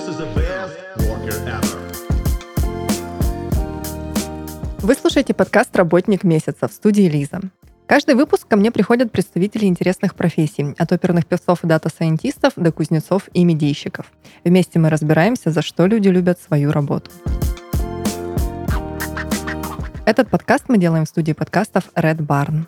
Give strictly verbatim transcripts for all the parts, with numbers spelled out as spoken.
is the best worker ever. Вы слушаете подкаст «Работник месяца» в студии Лиза. Каждый выпуск ко мне приходят представители интересных профессий, от оперных певцов и дата-сайентистов до кузнецов и медийщиков. Вместе мы разбираемся, за что люди любят свою работу. Этот подкаст мы делаем в студии подкастов Red Barn.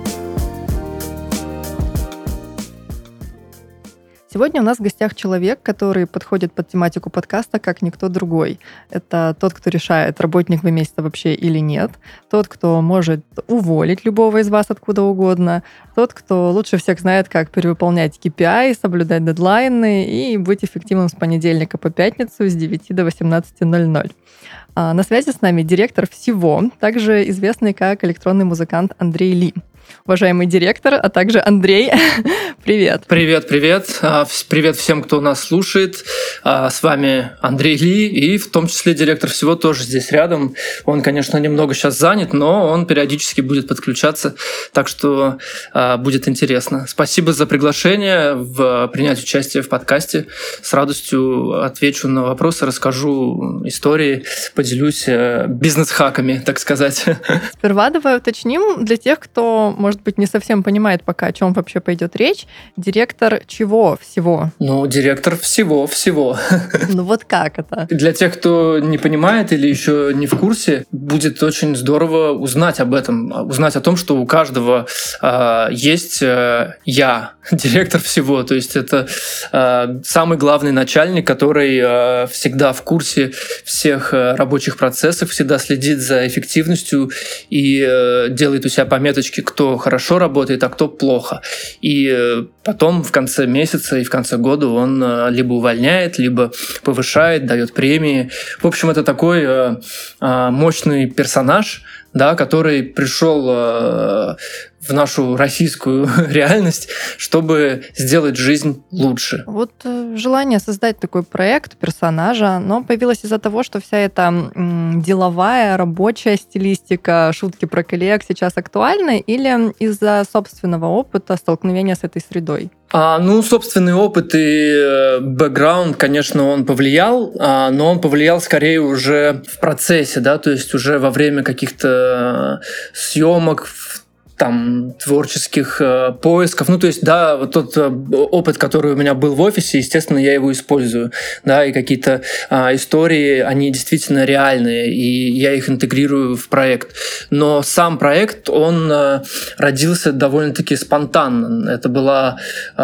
Сегодня у нас в гостях человек, который подходит под тематику подкаста как никто другой. Это тот, кто решает, работник вы месяца вообще или нет, тот, кто может уволить любого из вас откуда угодно, тот, кто лучше всех знает, как перевыполнять кей пи ай, соблюдать дедлайны и быть эффективным с понедельника по пятницу с девяти до восемнадцати ноль-ноль. На связи с нами директор всего, также известный как электронный музыкант Андрей Ли. Уважаемый директор, а также Андрей, привет. Привет, привет. Привет всем, кто нас слушает. С вами Андрей Ли, и в том числе директор всего тоже здесь рядом. Он, конечно, немного сейчас занят, но он периодически будет подключаться, так что будет интересно. Спасибо за приглашение в принять участие в подкасте. С радостью отвечу на вопросы, расскажу истории, поделюсь бизнес-хаками, так сказать. Сперва давай уточним для тех, кто, может быть, не совсем понимает пока, о чем вообще пойдет речь. Директор чего всего? Ну, директор всего-всего. Ну вот как это? Для тех, кто не понимает или еще не в курсе, будет очень здорово узнать об этом, узнать о том, что у каждого э, есть э, я, директор всего. То есть это э, самый главный начальник, который э, всегда в курсе всех э, рабочих процессов, всегда следит за эффективностью и э, делает у себя пометочки, кто хорошо работает, а кто плохо. И э, потом в конце месяца и в конце года он э, либо увольняет, либо повышает, дает премии. В общем, это такой э, э, мощный персонаж, да, который пришел э, в нашу российскую реальность, чтобы сделать жизнь лучше. Вот э, желание создать такой проект персонажа, оно появилось из-за того, что вся эта м, деловая, рабочая стилистика, шутки про коллег сейчас актуальны, или из-за собственного опыта столкновения с этой средой? А, ну, собственный опыт и бэкграунд, конечно, он повлиял, а, но он повлиял скорее уже в процессе, да, то есть уже во время каких-то съемок, там, творческих э, поисков. Ну, то есть, да, вот тот э, опыт, который у меня был в офисе, естественно, я его использую, да, и какие-то э, истории, они действительно реальные, и я их интегрирую в проект. Но сам проект, он э, родился довольно-таки спонтанно. Это была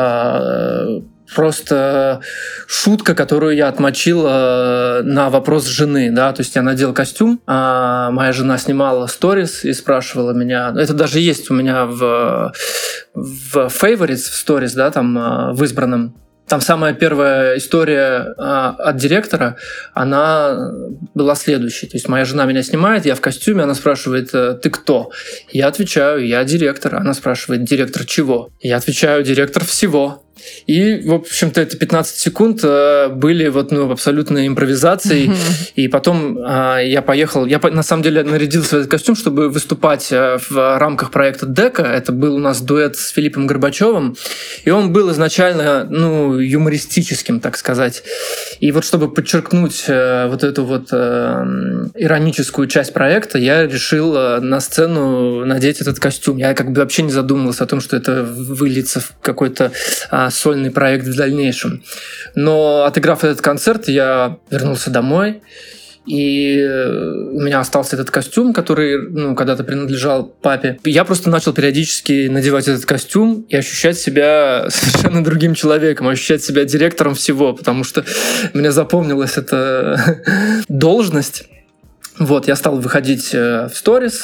э, просто шутка, которую я отмочил э, на вопрос жены, да, то есть я надел костюм, а моя жена снимала сторис и спрашивала меня, это даже есть у меня в, в favorites, в сторис, да, там в избранном. Там самая первая история а, от директора, она была следующей. То есть моя жена меня снимает, я в костюме, она спрашивает, ты кто? Я отвечаю, я директор. Она спрашивает, директор чего? Я отвечаю, директор всего. И, в общем-то, это пятнадцать секунд были вот, ну, абсолютной импровизацией. Mm-hmm. И потом э, я поехал... Я, на самом деле, нарядился в этот костюм, чтобы выступать в рамках проекта «Дека». Это был у нас дуэт с Филиппом Горбачевым. И он был изначально, ну, юмористическим, так сказать. И вот чтобы подчеркнуть э, вот эту вот э, ироническую часть проекта, я решил э, на сцену надеть этот костюм. Я как бы вообще не задумывался о том, что это выльется в какой-то... Э, сольный проект в дальнейшем. Но отыграв этот концерт, я вернулся домой, и у меня остался этот костюм, который, ну, когда-то принадлежал папе. Я просто начал периодически надевать этот костюм и ощущать себя совершенно другим человеком, ощущать себя директором всего, потому что мне запомнилась эта должность. Вот, я стал выходить в сторис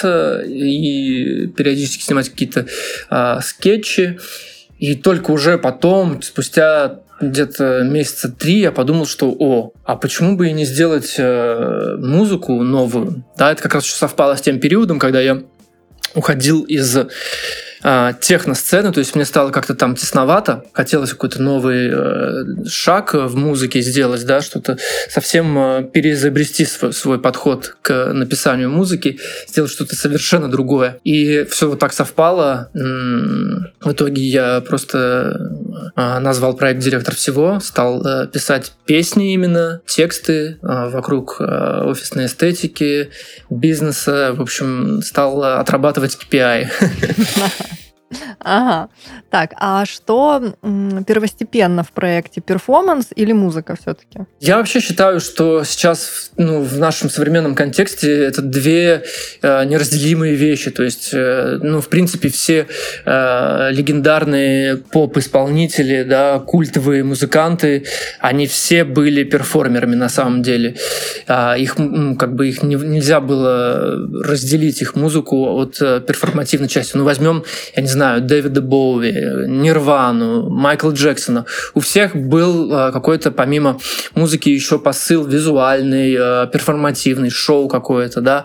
и периодически снимать какие-то а, скетчи. И только уже потом, спустя где-то месяца три, я подумал, что о, а почему бы и не сделать э, музыку новую? Да, это как раз совпало с тем периодом, когда я уходил из э, техно-сцены, то есть мне стало как-то там тесновато, хотелось какой-то новый э, шаг в музыке сделать, да, что-то совсем э, переизобрести свой, свой подход к написанию музыки, сделать что-то совершенно другое. И все вот так совпало. В итоге я просто э, назвал проект «Директор всего», стал э, писать песни именно, тексты э, вокруг э, офисной эстетики, бизнеса, в общем, стал отрабатывать кей пи ай. Ага. Так, а что м, первостепенно в проекте? Перформанс или музыка все-таки? Я вообще считаю, что сейчас, ну, в нашем современном контексте это две э, неразделимые вещи. То есть, э, ну, в принципе, все э, легендарные поп-исполнители, да, культовые музыканты, они все были перформерами на самом деле. А их, как бы, их не, нельзя было разделить, их музыку от э, перформативной части. Ну, возьмем, я не знаю, знаю, Дэвида Боуи, Нирвану, Майкла Джексона. У всех был э, какой-то, помимо музыки, еще посыл визуальный, э, перформативный, шоу какое-то, да.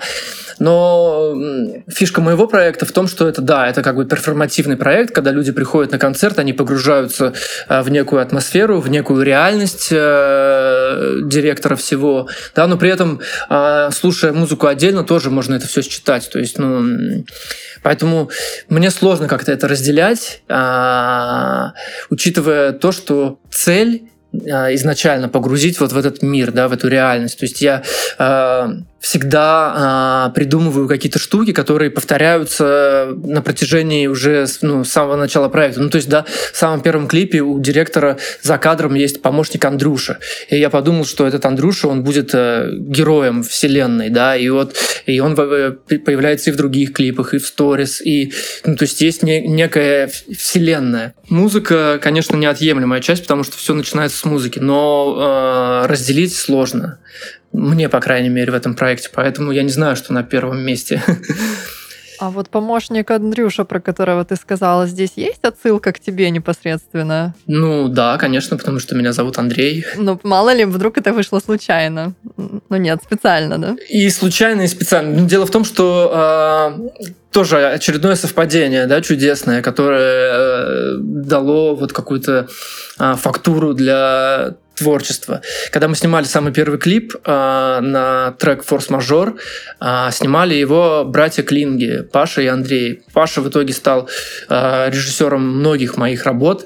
Но фишка моего проекта в том, что это, да, это как бы перформативный проект, когда люди приходят на концерт, они погружаются в некую атмосферу, в некую реальность э, директора всего, да, но при этом, э, слушая музыку отдельно, тоже можно это все считать. То есть, ну, поэтому мне сложно как-то это разделять, э, учитывая то, что цель изначально погрузить вот в этот мир, да, в эту реальность. То есть я э, всегда э, придумываю какие-то штуки, которые повторяются на протяжении уже, ну, с самого начала проекта. Ну, то есть, да, в самом первом клипе у директора за кадром есть помощник Андрюша. И я подумал, что этот Андрюша, он будет э, героем вселенной, да, и вот и он появляется и в других клипах, и в сторис, и, ну, то есть есть не, некая вселенная. Музыка, конечно, неотъемлемая часть, потому что все начинается с музыки, но э, разделить сложно. Мне, по крайней мере, в этом проекте. Поэтому я не знаю, что на первом месте. А вот помощник Андрюша, про которого ты сказала, здесь есть отсылка к тебе непосредственно? Ну да, конечно, потому что меня зовут Андрей. Ну, мало ли, вдруг это вышло случайно. Ну нет, специально, да? И случайно, и специально. Дело в том, что э, тоже очередное совпадение, да, чудесное, которое э, дало вот какую-то э, фактуру для творчества. Когда мы снимали самый первый клип э, на трек «Форс-мажор», э, снимали его братья Клинги, Паша и Андрей. Паша в итоге стал э, режиссером многих моих работ, э,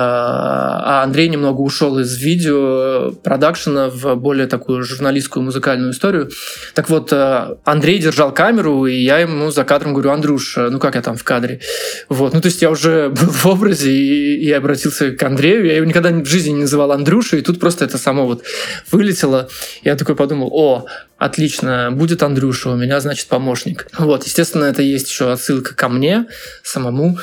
а Андрей немного ушел из видео-продакшена в более такую журналистскую музыкальную историю. Так вот, э, Андрей держал камеру, и я ему за кадром говорю: «Андрюш, ну как я там в кадре?» Вот. Ну, то есть я уже был в образе и, и обратился к Андрею. Я его никогда в жизни не называл Андрюшей, и тут просто это само вот вылетело. Я такой подумал: о, отлично, будет Андрюша, у меня, значит, помощник. Вот, естественно, это есть еще отсылка ко мне самому.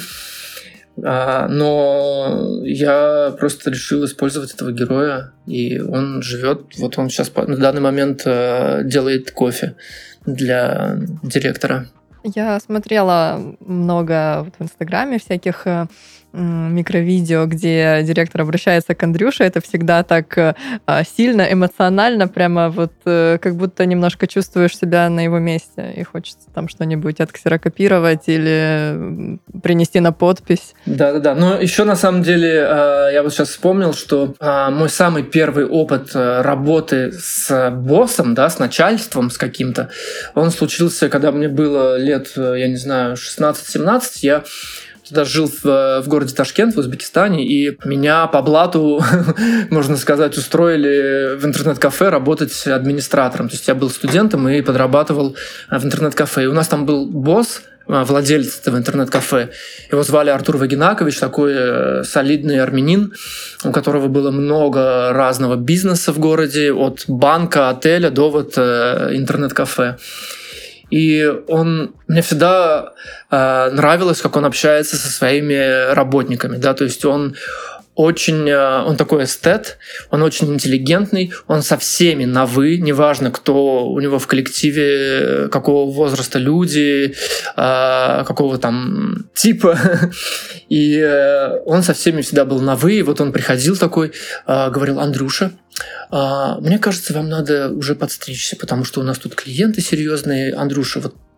Но я просто решил использовать этого героя, и он живет. Вот он сейчас на данный момент делает кофе для директора. Я смотрела много в Инстаграме всяких микровидео, где директор обращается к Андрюше. Это всегда так сильно, эмоционально, прямо вот как будто немножко чувствуешь себя на его месте, и хочется там что-нибудь отксерокопировать или принести на подпись. Да-да-да. Но еще на самом деле я вот сейчас вспомнил, что мой самый первый опыт работы с боссом, да, с начальством, с каким-то, он случился, когда мне было лет, я не знаю, шестнадцать-семнадцать. Я тогда жил в, в городе Ташкент в Узбекистане, и меня по блату, можно сказать, устроили в интернет-кафе работать администратором. То есть я был студентом и подрабатывал в интернет-кафе. И у нас там был босс, владелец этого интернет-кафе. Его звали Артур Вагинакович, такой солидный армянин, у которого было много разного бизнеса в городе, от банка, отеля до вот интернет-кафе. И он, мне всегда э, нравилось, как он общается со своими работниками, да, то есть он очень, э, он такой эстет, он очень интеллигентный, он со всеми на «вы», неважно, кто у него в коллективе, какого возраста люди, э, какого там типа, и э, он со всеми всегда был на «вы», и вот он приходил такой, э, говорил: «Андрюша, мне кажется, вам надо уже подстричься, потому что у нас тут клиенты серьезные. Андрюша, вот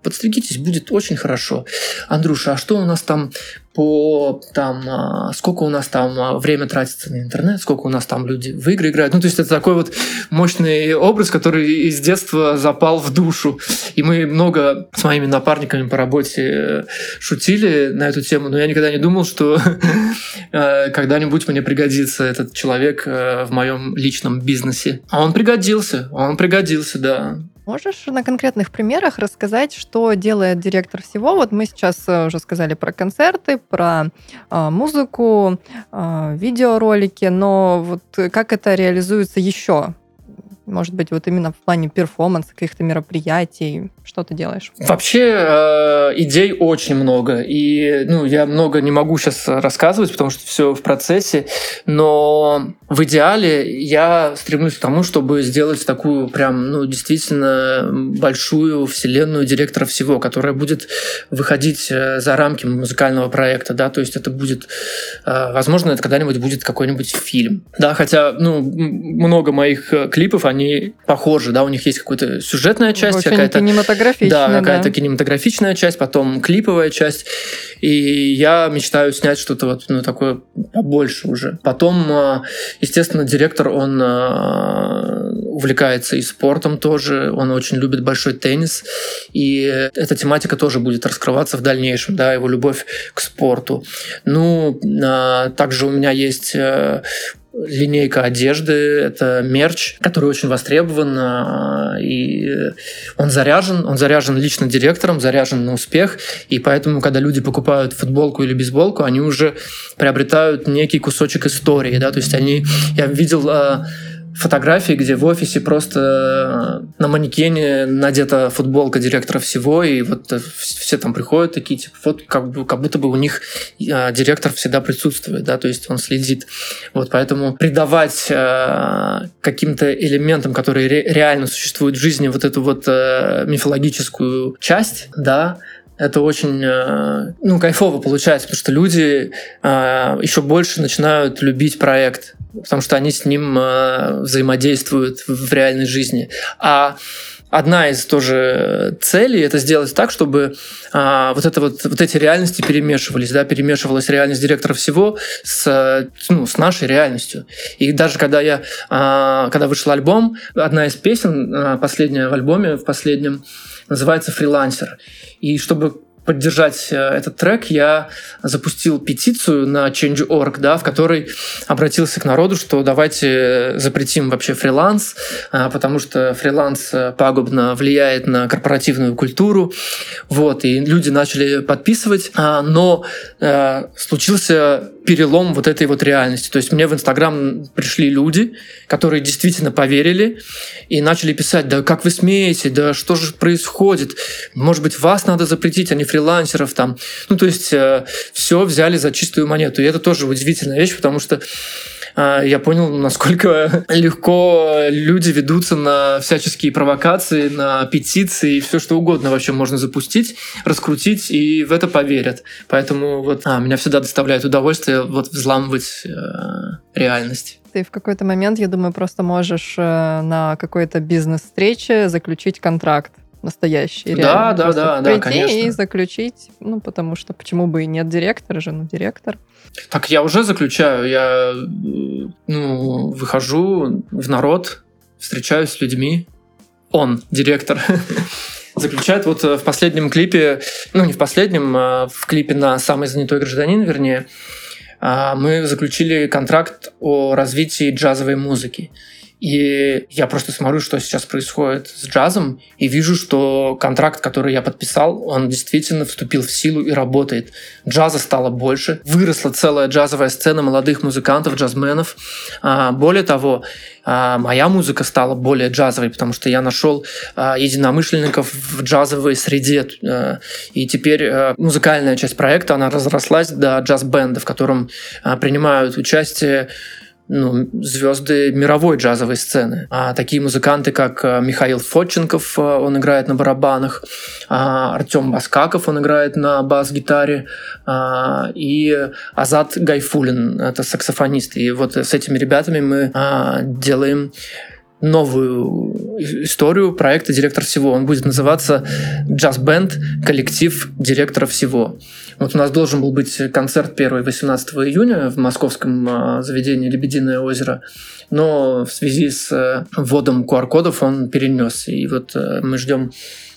подстригитесь, будет очень хорошо. Андрюша, а что у нас там по там, сколько у нас там время тратится на интернет, сколько у нас там люди в игры играют. Ну, то есть это такой вот мощный образ, который из детства запал в душу. И мы много с моими напарниками по работе шутили на эту тему, но я никогда не думал, что когда-нибудь мне пригодится этот человек в моем личном бизнесе. А он пригодился, он пригодился, да. Можешь на конкретных примерах рассказать, что делает директор всего? Вот мы сейчас уже сказали про концерты, про э, музыку, э, видеоролики, но вот как это реализуется еще? Может быть, вот именно в плане перформанса, каких-то мероприятий, что ты делаешь? Вообще э, идей очень много, и ну, я много не могу сейчас рассказывать, потому что все в процессе, но в идеале я стремлюсь к тому, чтобы сделать такую прям, ну, действительно большую вселенную директора всего, которая будет выходить за рамки музыкального проекта, да, то есть это будет, э, возможно, это когда-нибудь будет какой-нибудь фильм, да, хотя, ну, много моих клипов, они похожи, да, у них есть какая-то сюжетная часть, очень какая-то кинематографичная, да, какая-то да. кинематографичная часть, потом клиповая часть, и я мечтаю снять что-то вот ну, такое побольше уже. Потом, естественно, директор, он увлекается и спортом тоже, он очень любит большой теннис, и эта тематика тоже будет раскрываться в дальнейшем, да, его любовь к спорту. Ну, также у меня есть линейка одежды, это мерч, который очень востребован, и он заряжен, он заряжен лично директором, заряжен на успех, и поэтому, когда люди покупают футболку или бейсболку, они уже приобретают некий кусочек истории, да, то есть они, я видел фотографии, где в офисе просто на манекене надета футболка директора всего, и вот все там приходят такие, типа, вот как, бы, как будто бы у них директор всегда присутствует, да, то есть он следит. Вот поэтому придавать каким-то элементам, которые ре- реально существуют в жизни, вот эту вот мифологическую часть, да, это очень, ну, кайфово получается, потому что люди еще больше начинают любить проект, потому что они с ним взаимодействуют в реальной жизни. А одна из тоже целей — это сделать так, чтобы а, вот, это вот, вот эти реальности перемешивались, да, перемешивалась реальность директора всего с, ну, с нашей реальностью. И даже когда я, а, когда вышел альбом, одна из песен, а, последняя в альбоме, в последнем, называется «Фрилансер». И чтобы поддержать этот трек, я запустил петицию на change точка org, да, в которой обратился к народу, что давайте запретим вообще фриланс, потому что фриланс пагубно влияет на корпоративную культуру. Вот, и люди начали подписывать, но случился перелом вот этой вот реальности. То есть мне в Инстаграм пришли люди, которые действительно поверили и начали писать: да как вы смеете, да что же происходит, может быть, вас надо запретить, а не фрилансеров там. Ну, то есть э, все взяли за чистую монету. И это тоже удивительная вещь, потому что э, я понял, насколько легко люди ведутся на всяческие провокации, на петиции, все что угодно вообще можно запустить, раскрутить, и в это поверят. Поэтому вот а, меня всегда доставляет удовольствие вот взламывать э, реальность. Ты в какой-то момент, я думаю, просто можешь э, на какой-то бизнес-встрече заключить контракт настоящий. Да, да, да, да, конечно. И заключить, ну, потому что почему бы и нет, директора же, ну, директор. Так я уже заключаю, я ну, выхожу в народ, встречаюсь с людьми. Он, директор, заключает вот в последнем клипе, ну, не в последнем, а в клипе на «Самый занятой гражданин», вернее, мы заключили контракт о развитии джазовой музыки. И я просто смотрю, что сейчас происходит с джазом, и вижу, что контракт, который я подписал, он действительно вступил в силу и работает. Джаза стало больше, выросла целая джазовая сцена молодых музыкантов, джазменов. Более того, моя музыка стала более джазовой, потому что я нашел единомышленников в джазовой среде. И теперь музыкальная часть проекта, она разрослась до джаз-бенда, в котором принимают участие ну, звезды мировой джазовой сцены. А такие музыканты, как Михаил Фотченков, он играет на барабанах, Артем Баскаков, он играет на бас-гитаре, и Азат Гайфуллин, это саксофонист. И вот с этими ребятами мы делаем новую историю проекта «Директор всего». Он будет называться «Джаз-бенд. Коллектив директора всего». Вот у нас должен был быть концерт первый восемнадцатого июня в московском заведении «Лебединое озеро», но в связи с вводом ку ар-кодов он перенес. И вот мы ждем,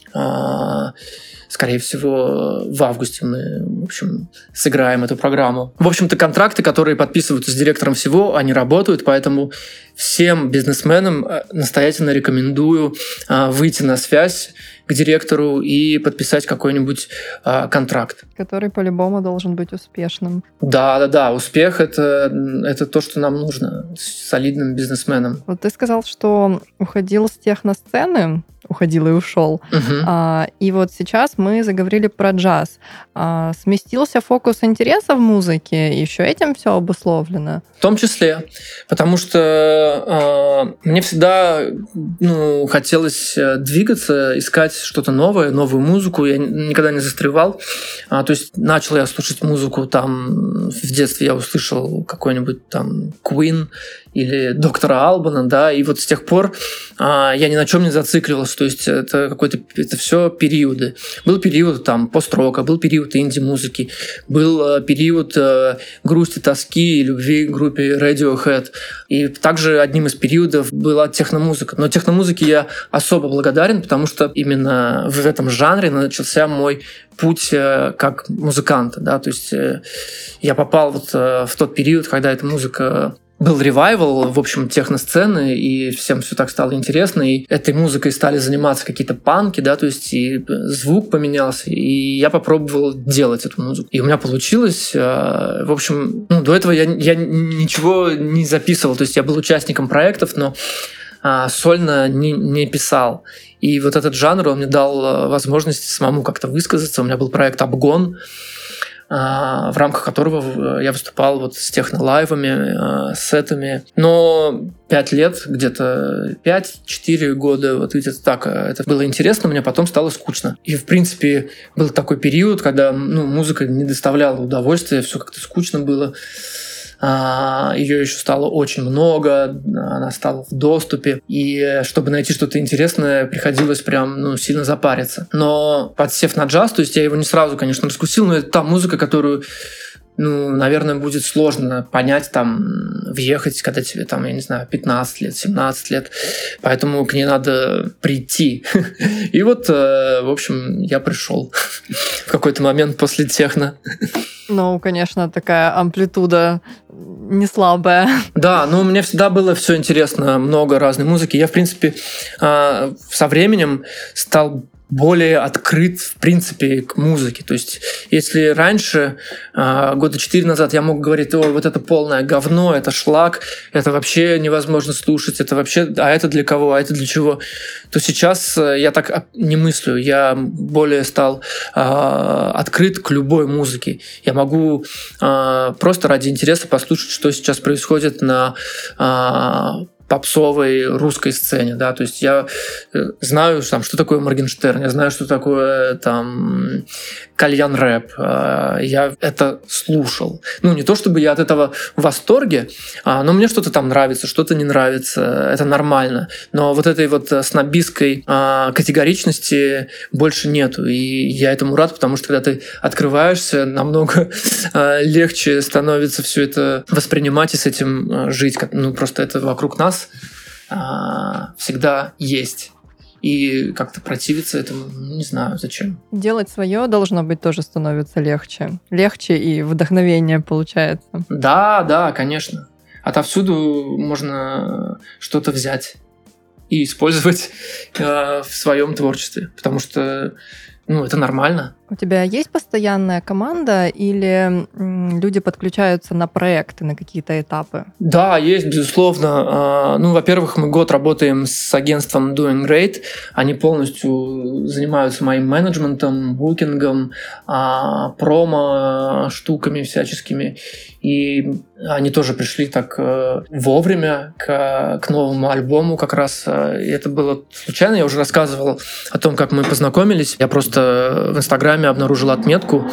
скорее всего, в августе мы, в общем, сыграем эту программу. В общем-то, контракты, которые подписываются с директором всего, они работают, поэтому всем бизнесменам настоятельно рекомендую выйти на связь к директору и подписать какой-нибудь а, контракт. Который по-любому должен быть успешным. Да, да, да. Успех это, это то, что нам нужно солидным бизнесменам. Вот ты сказал, что уходил с техносцены, уходил и ушел. Угу. А, и вот сейчас мы заговорили про джаз. А, сместился фокус интереса в музыке, еще этим все обусловлено? В том числе, потому что э, мне всегда ну, хотелось двигаться, искать что-то новое, новую музыку. Я никогда не застревал. А, то есть начал я слушать музыку там в детстве, я услышал какой-нибудь там Queen или доктора Албана, да, и вот с тех пор а, я ни на чем не зацикливался. То есть это какой-то это все периоды. Был период там пост-рока, был период инди-музыки, был а, период а, грусти, тоски и любви к группе Radiohead. И также одним из периодов была техномузыка. Но техномузыке я особо благодарен, потому что именно в этом жанре начался мой путь как музыканта. Да? То есть я попал вот в тот период, когда эта музыка... Был ревайвал, в общем, техносцены, и всем все так стало интересно, и этой музыкой стали заниматься какие-то панки, да, то есть и звук поменялся, и я попробовал делать эту музыку. И у меня получилось. В общем, ну, до этого я, я ничего не записывал, то есть я был участником проектов, но а, сольно не, не писал. И вот этот жанр, он мне дал возможность самому как-то высказаться. У меня был проект «Обгон», в рамках которого я выступал вот с технолайвами, сетами. Но пять лет, где-то пять-четыре года, вот где-то так, это было интересно, мне потом стало скучно. И, в принципе, был такой период, когда ну, музыка не доставляла удовольствия, все как-то скучно было. Ее еще стало очень много, она стала в доступе, и чтобы найти что-то интересное, приходилось прям ну, сильно запариться. Но подсев на джаз, то есть я его не сразу, конечно, раскусил, но это та музыка, которую ну, наверное, будет сложно понять, там, въехать, когда тебе, там, я не знаю, пятнадцать лет, семнадцать лет. Поэтому к ней надо прийти. И вот, в общем, я пришел в какой-то момент после техно. Ну, конечно, такая амплитуда не слабая. Да, но мне всегда было все интересно, много разной музыки. Я, в принципе, со временем стал более открыт, в принципе, к музыке. То есть, если раньше, года четыре назад, я мог говорить, о, вот это полное говно, это шлак, это вообще невозможно слушать, это вообще, а это для кого, а это для чего, то сейчас я так не мыслю. Я более стал открыт к любой музыке. Я могу просто ради интереса послушать, что сейчас происходит на попсовой русской сцене, да, то есть я знаю, там, что такое Моргенштерн, я знаю, что такое там кальян рэп, я это слушал. Ну, не то чтобы я от этого в восторге, но мне что-то там нравится, что-то не нравится, это нормально, но вот этой вот снобистской категоричности больше нету, и я этому рад, потому что когда ты открываешься, намного легче становится все это воспринимать и с этим жить, ну, просто это вокруг нас всегда есть. И как-то противиться этому, не знаю, зачем. Делать свое должно быть тоже становится легче. Легче и вдохновение получается. Да, да, конечно. Отовсюду можно что-то взять и использовать э, в своем творчестве, потому что ну, это нормально. У тебя есть постоянная команда или люди подключаются на проекты, на какие-то этапы? Да, есть, безусловно. Ну, во-первых, мы год работаем с агентством Doing Great. Они полностью занимаются моим менеджментом, букингом, промо, штуками всяческими. И они тоже пришли так вовремя к, к новому альбому как раз. И это было случайно. Я уже рассказывал о том, как мы познакомились. Я просто в Инстаграме обнаружил отметку,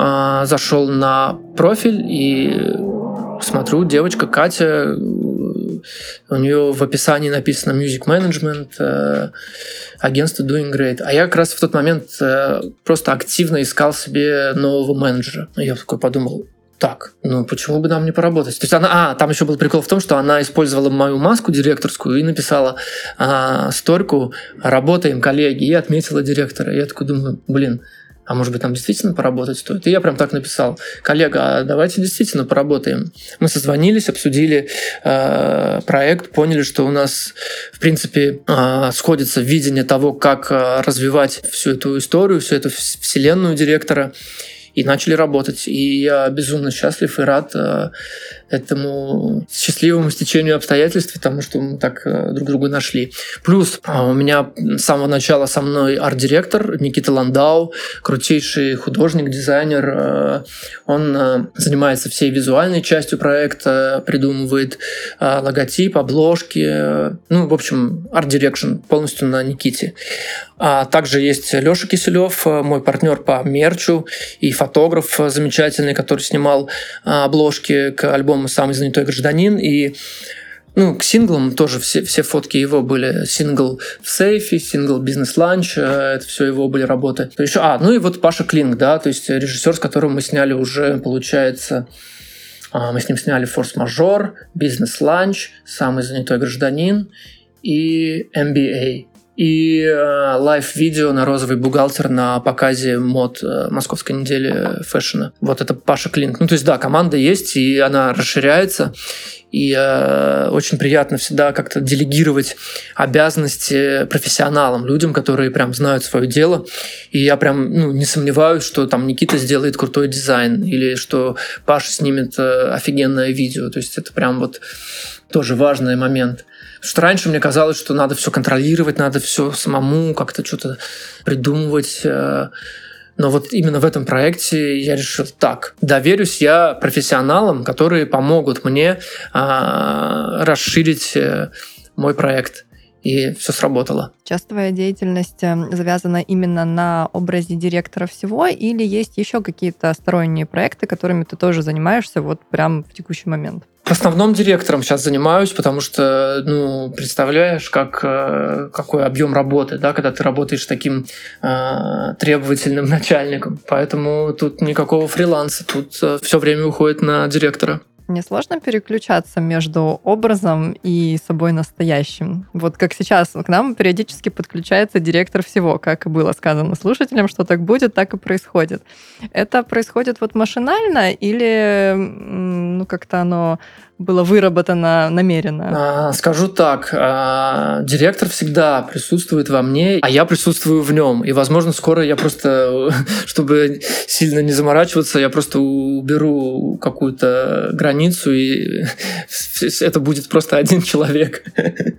зашел на профиль и смотрю, девочка Катя у нее в описании написано Music Management, э, агентство Doing Great. А я как раз в тот момент э, просто активно искал себе нового менеджера. И я такой подумал, так, ну почему бы нам не поработать? То есть она, а, там еще был прикол в том, что она использовала мою маску директорскую и написала а, сторьку «Работаем, коллеги», и отметила директора. И я такой думаю, блин, а может быть, нам действительно поработать стоит? И я прям так написал: коллега, а давайте действительно поработаем. Мы созвонились, обсудили э, проект, поняли, что у нас, в принципе, э, сходится видение того, как э, развивать всю эту историю, всю эту вселенную директора. И начали работать. И я безумно счастлив и рад э, этому счастливому стечению обстоятельств, потому что мы так э, друг друга нашли. Плюс э, у меня с самого начала со мной арт-директор Никита Ландау, крутейший художник, дизайнер. Э, он э, занимается всей визуальной частью проекта, придумывает э, логотип, обложки. Э, ну, в общем, арт-дирекшн полностью на Никите. А также есть Лёша Киселёв, мой партнер по мерчу и фотограф замечательный, который снимал обложки к альбому «Самый занятой гражданин». И ну, к синглам тоже все, все фотки его были. Сингл в сейфе, сингл «Бизнес-ланч», это все его были работы. Еще, а, ну и вот Паша Клинк, да, то есть режиссер, с которым мы сняли уже, получается, мы с ним сняли «Форс-мажор», «Бизнес-ланч», «Самый занятой гражданин» и эм би эй. И э, лайв-видео на «Розовый бухгалтер» на показе мод э, Московской недели фэшена. Вот это Паша Клинк. Ну, то есть, да, команда есть, и она расширяется. И э, очень приятно всегда как-то делегировать обязанности профессионалам, людям, которые прям знают свое дело. И я прям ну, не сомневаюсь, что там Никита сделает крутой дизайн, или что Паша снимет э, офигенное видео. То есть это прям вот тоже важный момент. Потому что раньше мне казалось, что надо все контролировать, надо все самому как-то что-то придумывать. Но вот именно в этом проекте я решил так. Доверюсь я профессионалам, которые помогут мне а, расширить мой проект. И все сработало. Сейчас твоя деятельность завязана именно на образе директора всего, или есть еще какие-то сторонние проекты, которыми ты тоже занимаешься вот прямо в текущий момент? В основном директором сейчас занимаюсь, потому что, ну, представляешь, как, какой объем работы, да, когда ты работаешь с таким э, требовательным начальником. Поэтому тут никакого фриланса, тут все время уходит на директора. Мне сложно переключаться между образом и собой настоящим. Вот как сейчас к нам периодически подключается директор всего, как и было сказано слушателям, что так будет, так и происходит. Это происходит вот машинально или ну, как-то оно было выработано намеренно? Скажу так, директор всегда присутствует во мне, а я присутствую в нем. И, возможно, скоро я просто, чтобы сильно не заморачиваться, я просто уберу какую-то границу, и это будет просто один человек.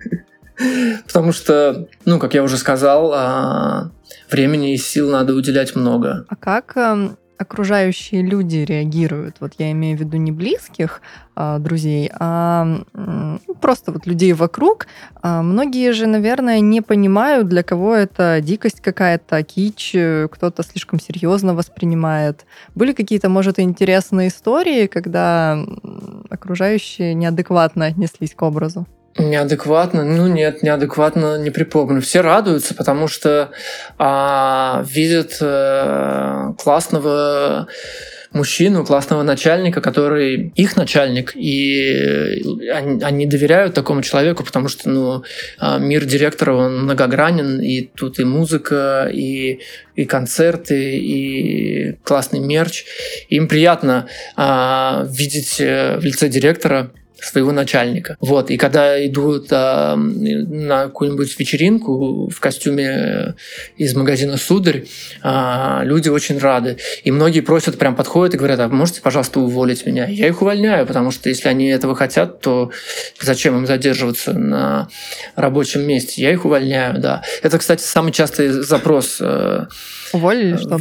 Потому что, ну, как я уже сказал, времени и сил надо уделять много. А как окружающие люди реагируют? Вот я имею в виду не близких а, друзей, а м, просто вот людей вокруг. А, многие же, наверное, не понимают, для кого это дикость какая-то, кич, кто-то слишком серьезно воспринимает. Были какие-то, может, интересные истории, когда окружающие неадекватно отнеслись к образу? Неадекватно? Ну нет, неадекватно не припомню. Все радуются, потому что а, видят а, классного мужчину, классного начальника, который их начальник, и они, они доверяют такому человеку, потому что ну, мир директора, он многогранен, и тут и музыка, и, и концерты, и классный мерч. Им приятно а, видеть в лице директора своего начальника. Вот. И когда идут а, на какую-нибудь вечеринку в костюме из магазина «Сударь», а, люди очень рады. И многие просят, прям подходят и говорят: а можете, пожалуйста, уволить меня? Я их увольняю, потому что если они этого хотят, то зачем им задерживаться на рабочем месте? Я их увольняю, да. Это, кстати, самый частый запрос. Уволили, чтобы?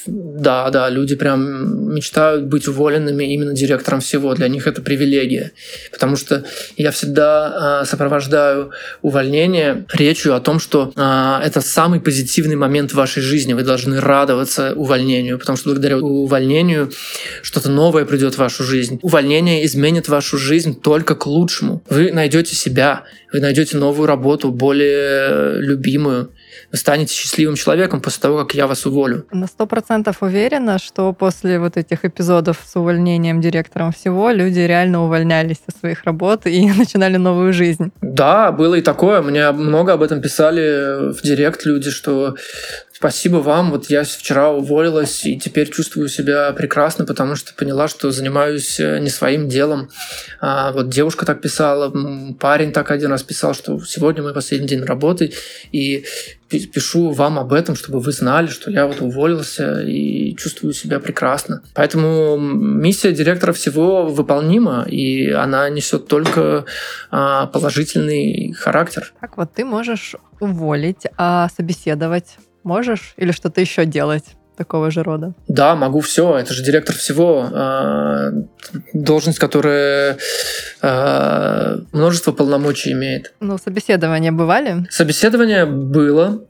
да, да, люди прям мечтают быть уволенными именно директором всего. Для них это привилегия. Потому что я всегда э, сопровождаю увольнение речью о том, что э, это самый позитивный момент в вашей жизни. Вы должны радоваться увольнению, потому что благодаря увольнению что-то новое придет в вашу жизнь. Увольнение изменит вашу жизнь только к лучшему. Вы найдете себя, вы найдете новую работу, более любимую. Вы станете счастливым человеком после того, как я вас уволю. На сто процентов уверена, что после вот этих эпизодов с увольнением директором всего люди реально увольнялись со своих работ и начинали новую жизнь. Да, было и такое. Мне много об этом писали в директ люди, что спасибо вам, вот я вчера уволилась и теперь чувствую себя прекрасно, потому что поняла, что занимаюсь не своим делом. А вот девушка так писала, парень так один раз писал, что сегодня мой последний день работы, и пишу вам об этом, чтобы вы знали, что я вот уволился и чувствую себя прекрасно. Поэтому миссия директора всего выполнима, и она несет только положительный характер. Так вот, ты можешь уволить, а собеседовать можешь или что-то еще делать такого же рода? Да, могу все. Это же директор всего. Должность, которая множество полномочий имеет. Ну, собеседования бывали? Собеседование было.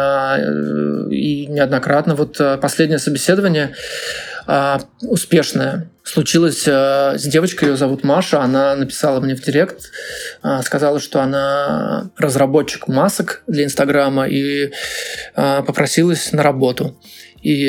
И неоднократно. Вот последнее собеседование успешное случилось с девочкой, ее зовут Маша, она написала мне в директ, сказала, что она разработчик масок для Инстаграма и попросилась на работу. И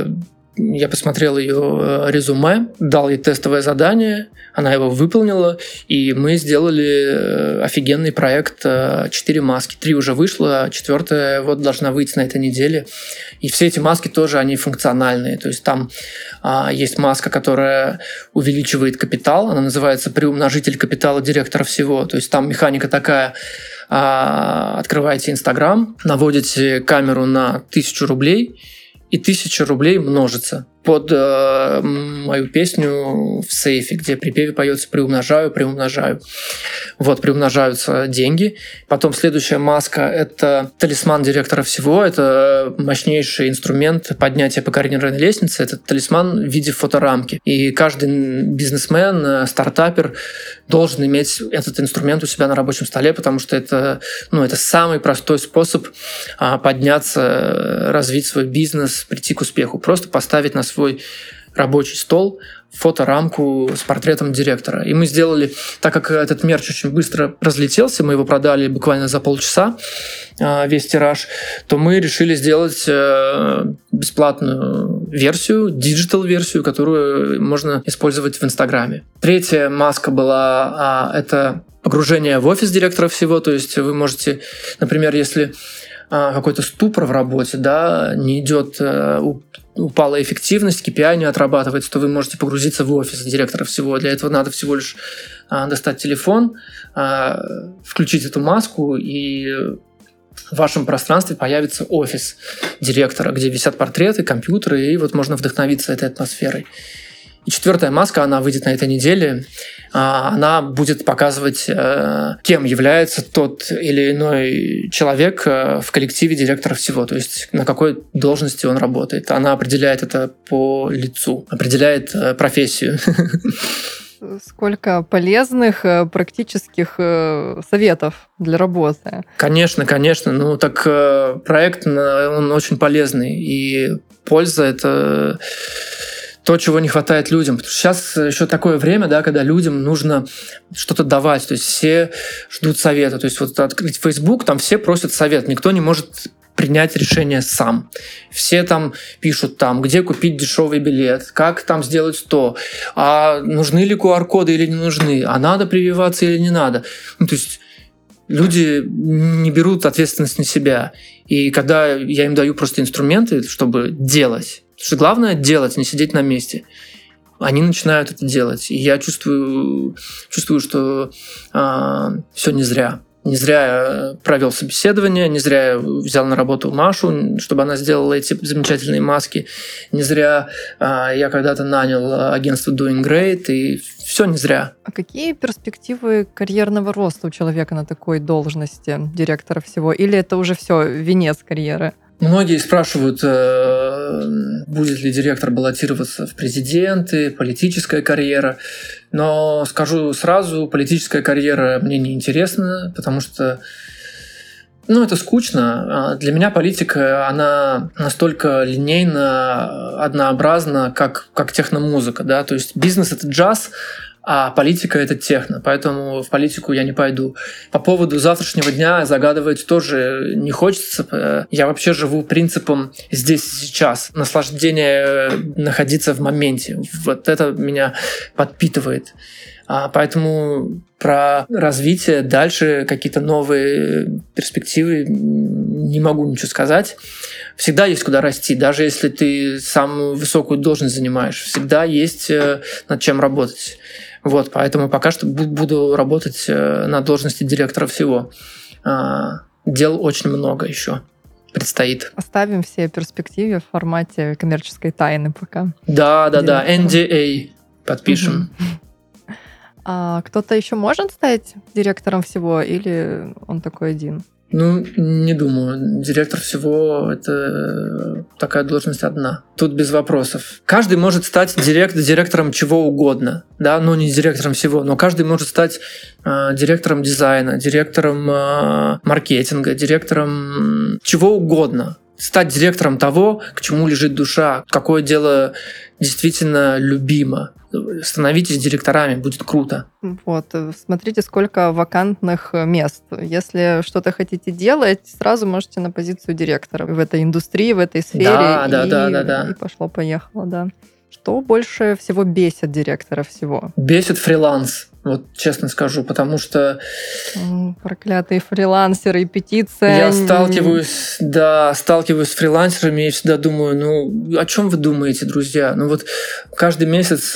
я посмотрел ее резюме, дал ей тестовое задание, она его выполнила, и мы сделали офигенный проект «Четыре маски». Три уже вышло, а четвертая вот должна выйти на этой неделе. И все эти маски тоже, они функциональные. То есть там а, есть маска, которая увеличивает капитал, она называется «Приумножитель капитала директора всего». То есть там механика такая: а, открываете Инстаграм, наводите камеру на тысячу рублей, и тысяча рублей множится под э, мою песню в сейфе, где в припеве поется «приумножаю, приумножаю». Вот, приумножаются деньги. Потом следующая маска — это талисман директора всего. Это мощнейший инструмент поднятия по карьерной лестнице. Это талисман в виде фоторамки. И каждый бизнесмен, стартапер должен иметь этот инструмент у себя на рабочем столе, потому что это, ну, это самый простой способ а, подняться, развить свой бизнес, прийти к успеху. Просто поставить на свой рабочий стол фоторамку с портретом директора. И мы сделали, так как этот мерч очень быстро разлетелся, мы его продали буквально за полчаса, весь тираж, то мы решили сделать бесплатную версию, диджитал-версию, которую можно использовать в Инстаграме. Третья маска была, это погружение в офис директора всего, то есть вы можете, например, если какой-то ступор в работе, да, не идет, упала эффективность, кей пи ай не отрабатывается, то вы можете погрузиться в офис директора всего. Для этого надо всего лишь достать телефон, включить эту маску, и в вашем пространстве появится офис директора, где висят портреты, компьютеры, и вот можно вдохновиться этой атмосферой. И четвертая маска, она выйдет на этой неделе, она будет показывать, кем является тот или иной человек в коллективе директора всего, то есть на какой должности он работает. Она определяет это по лицу, определяет профессию. Сколько полезных практических советов для работы. Конечно, конечно. Ну так проект, он очень полезный, и польза — это то, чего не хватает людям. Потому что сейчас еще такое время, да, когда людям нужно что-то давать. То есть все ждут совета. То есть вот открыть Facebook, там все просят совет. Никто не может принять решение сам. Все там пишут, там, где купить дешевый билет, как там сделать то, а нужны ли ку ар коды или не нужны, а надо прививаться или не надо. Ну, то есть люди не берут ответственность на себя. И когда я им даю просто инструменты, чтобы делать, потому что главное делать, не сидеть на месте, они начинают это делать. И я чувствую, чувствую что а, все не зря. Не зря я провел собеседование, не зря я взял на работу Машу, чтобы она сделала эти замечательные маски. Не зря а, я когда-то нанял агентство Doing Great, и все не зря. А какие перспективы карьерного роста у человека на такой должности директора всего? Или это уже все венец карьеры? Многие спрашивают, будет ли директор баллотироваться в президенты, политическая карьера. Но скажу сразу, политическая карьера мне не интересна, потому что ну, это скучно. Для меня политика, она настолько линейно, однообразна, как, как техномузыка. Да? То есть бизнес — это джаз, а политика — это техно. Поэтому в политику я не пойду. По поводу завтрашнего дня загадывать тоже не хочется. Я вообще живу принципом здесь и сейчас. Наслаждение находиться в моменте. Вот это меня подпитывает. Поэтому про развитие дальше, какие-то новые перспективы не могу ничего сказать. Всегда есть куда расти, даже если ты самую высокую должность занимаешь. Всегда есть над чем работать. Вот, поэтому пока что буду работать на должности директора всего. Дел очень много еще предстоит. Оставим все перспективы в формате коммерческой тайны пока. Да, да, да. эн ди эй подпишем. Угу. А кто-то еще может стать директором всего, или он такой один? Ну, не думаю. Директор всего — это такая должность одна. Тут без вопросов. Каждый может стать директ, директором чего угодно. Да? Ну, не директором всего, но каждый может стать э, директором дизайна, директором э, маркетинга, директором чего угодно. Стать директором того, к чему лежит душа, какое дело действительно любимо. Становитесь директорами, будет круто. Вот, смотрите, сколько вакантных мест. Если что-то хотите делать, сразу можете на позицию директора в этой индустрии, в этой сфере. Да, и, да, да, да, да. И пошло-поехало, да. Что больше всего бесит директора всего? Бесит фриланс. Вот честно скажу, потому что... Проклятые фрилансеры, петиция. Я сталкиваюсь, да, сталкиваюсь с фрилансерами и всегда думаю, ну, о чем вы думаете, друзья? Ну вот каждый месяц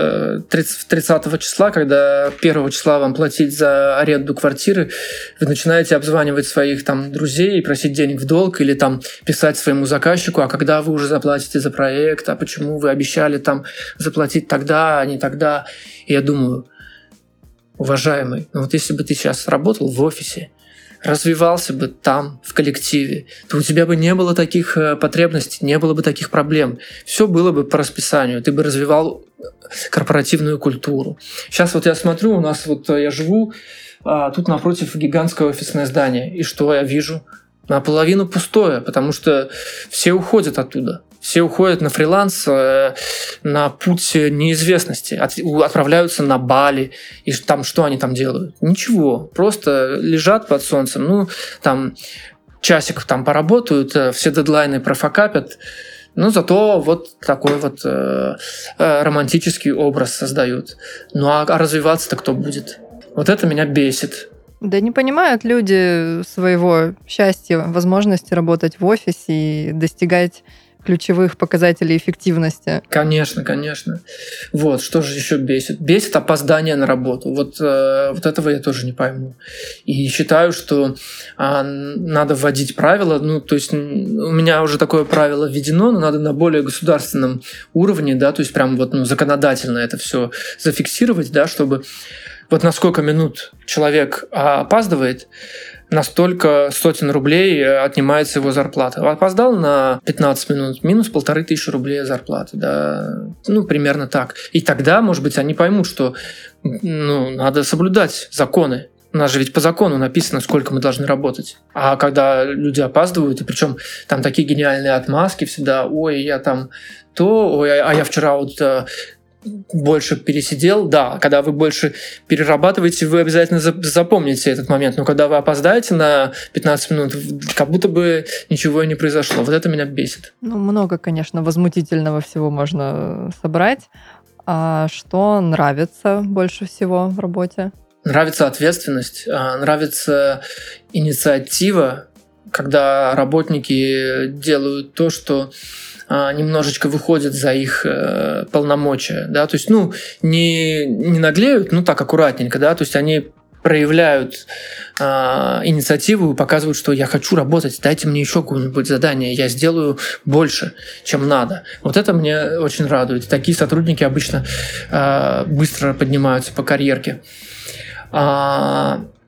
тридцатого числа, когда первого числа вам платить за аренду квартиры, вы начинаете обзванивать своих там друзей и просить денег в долг или там писать своему заказчику, а когда вы уже заплатите за проект, а почему вы обещали там заплатить тогда, а не тогда. И я думаю... Уважаемый, ну вот если бы ты сейчас работал в офисе, развивался бы там, в коллективе, то у тебя бы не было таких потребностей, не было бы таких проблем. Все было бы по расписанию, ты бы развивал корпоративную культуру. Сейчас вот я смотрю, у нас вот я живу, а тут напротив гигантское офисное здание, и что я вижу? Наполовину пустое, потому что все уходят оттуда. Все уходят на фриланс, на путь неизвестности, отправляются на Бали, и там что они там делают? Ничего, просто лежат под солнцем, ну, там часик там поработают, все дедлайны профокапят, но зато вот такой вот э, романтический образ создают. Ну а развиваться-то кто будет? Вот это меня бесит. Да не понимают люди своего счастья, возможности работать в офисе и достигать ключевых показателей эффективности. Конечно, конечно. Вот, что же еще бесит? Бесит опоздание на работу. Вот, э, вот этого я тоже не пойму. И считаю, что э, надо вводить правила. Ну, то есть у меня уже такое правило введено, но надо на более государственном уровне, да, то есть прям вот ну, законодательно это все зафиксировать, да, чтобы вот на сколько минут человек опаздывает, настолько сотен рублей отнимается его зарплата. Опоздал на пятнадцать минут, минус полторы тысячи рублей зарплаты. Да? Ну, примерно так. И тогда, может быть, они поймут, что ну, надо соблюдать законы. У нас же ведь по закону написано, сколько мы должны работать. А когда люди опаздывают, и причем там такие гениальные отмазки всегда, ой, я там то, ой, а я вчера вот... больше пересидел, да, когда вы больше перерабатываете, вы обязательно запомните этот момент, но когда вы опоздаете на пятнадцать минут, как будто бы ничего и не произошло. Вот это меня бесит. Ну, много, конечно, возмутительного всего можно собрать. А что нравится больше всего в работе? Нравится ответственность, нравится инициатива, когда работники делают то, что немножечко выходят за их э, полномочия, да, то есть, ну, не, не наглеют, ну, так, аккуратненько, да, то есть они проявляют э, инициативу и показывают, что я хочу работать, дайте мне еще какое-нибудь задание, я сделаю больше, чем надо. Вот это мне очень радует. Такие сотрудники обычно э, быстро поднимаются по карьерке. А,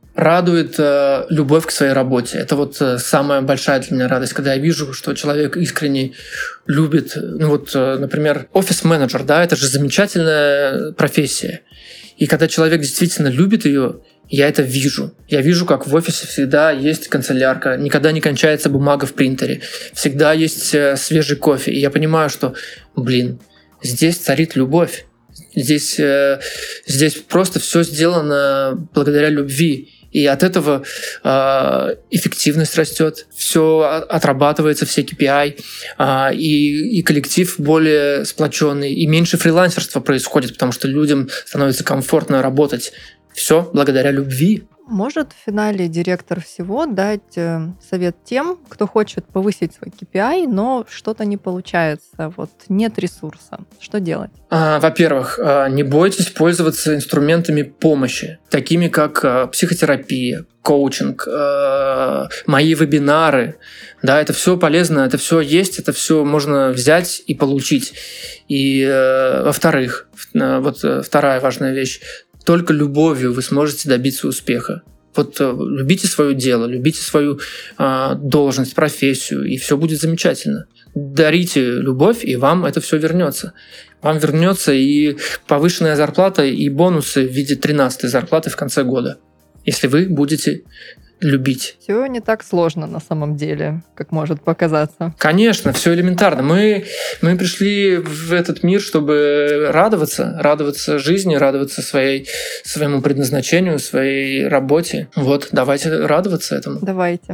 радует э, любовь к своей работе. Это вот э, самая большая для меня радость, когда я вижу, что человек искренне любит. Ну вот, э, например, офис-менеджер, да, это же замечательная профессия. И когда человек действительно любит ее, я это вижу. Я вижу, как в офисе всегда есть канцелярка, никогда не кончается бумага в принтере, всегда есть э, свежий кофе. И я понимаю, что, блин, здесь царит любовь. Здесь, э, здесь просто все сделано благодаря любви. И от этого э, эффективность растет, все отрабатывается, все кей пи ай, э, и, и коллектив более сплоченный, и меньше фрилансерства происходит, потому что людям становится комфортно работать. Все благодаря любви. Может в финале директор всего дать э, совет тем, кто хочет повысить свой кей пи ай, но что-то не получается, вот нет ресурса. Что делать? А, во-первых, не бойтесь пользоваться инструментами помощи, такими как психотерапия, коучинг, мои вебинары. Да, это все полезно, это все есть, это все можно взять и получить. И, во-вторых, вот вторая важная вещь. Только любовью вы сможете добиться успеха. Вот любите свое дело, любите свою э, должность, профессию, и все будет замечательно. Дарите любовь, и вам это все вернется. Вам вернется и повышенная зарплата, и бонусы в виде тринадцатой зарплаты в конце года, если вы будете любить. Все не так сложно на самом деле, как может показаться. Конечно, все элементарно. Мы, мы пришли в этот мир, чтобы радоваться, радоваться жизни, радоваться своей, своему предназначению, своей работе. Вот, давайте радоваться этому. Давайте.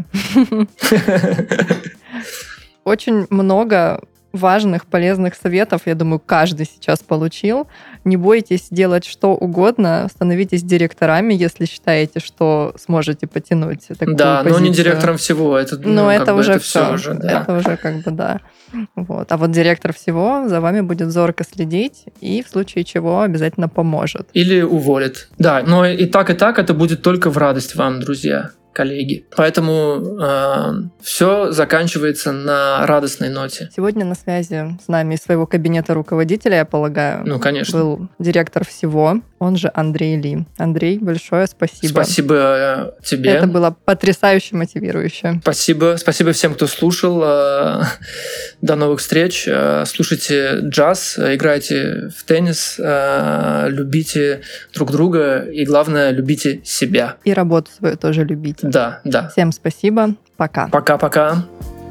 Очень много важных, полезных советов, я думаю, каждый сейчас получил. Не бойтесь делать что угодно, становитесь директорами, если считаете, что сможете потянуть такую да, позицию. но не директором всего. Это, ну, ну, это как бы, уже это все. все уже, да. Это уже как бы, да. Вот. А вот директор всего за вами будет зорко следить и в случае чего обязательно поможет. Или уволит. Да, но и так, и так это будет только в радость вам, друзья, коллеги. Поэтому э, все заканчивается на радостной ноте. Сегодня на связи с нами из своего кабинета руководителя, я полагаю, ну, конечно. был директор всего, он же Андрей Ли. Андрей, большое спасибо. Спасибо тебе. Это было потрясающе мотивирующе. Спасибо. Спасибо всем, кто слушал. До новых встреч. Слушайте джаз, играйте в теннис, любите друг друга и, главное, любите себя. И работу свою тоже любите. Да, да. Всем спасибо. Пока. Пока-пока.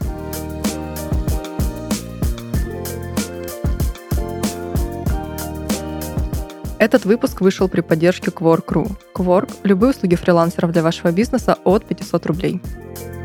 Этот выпуск вышел при поддержке Quark точка ру. Quark – любые услуги фрилансеров для вашего бизнеса от пятьсот рублей.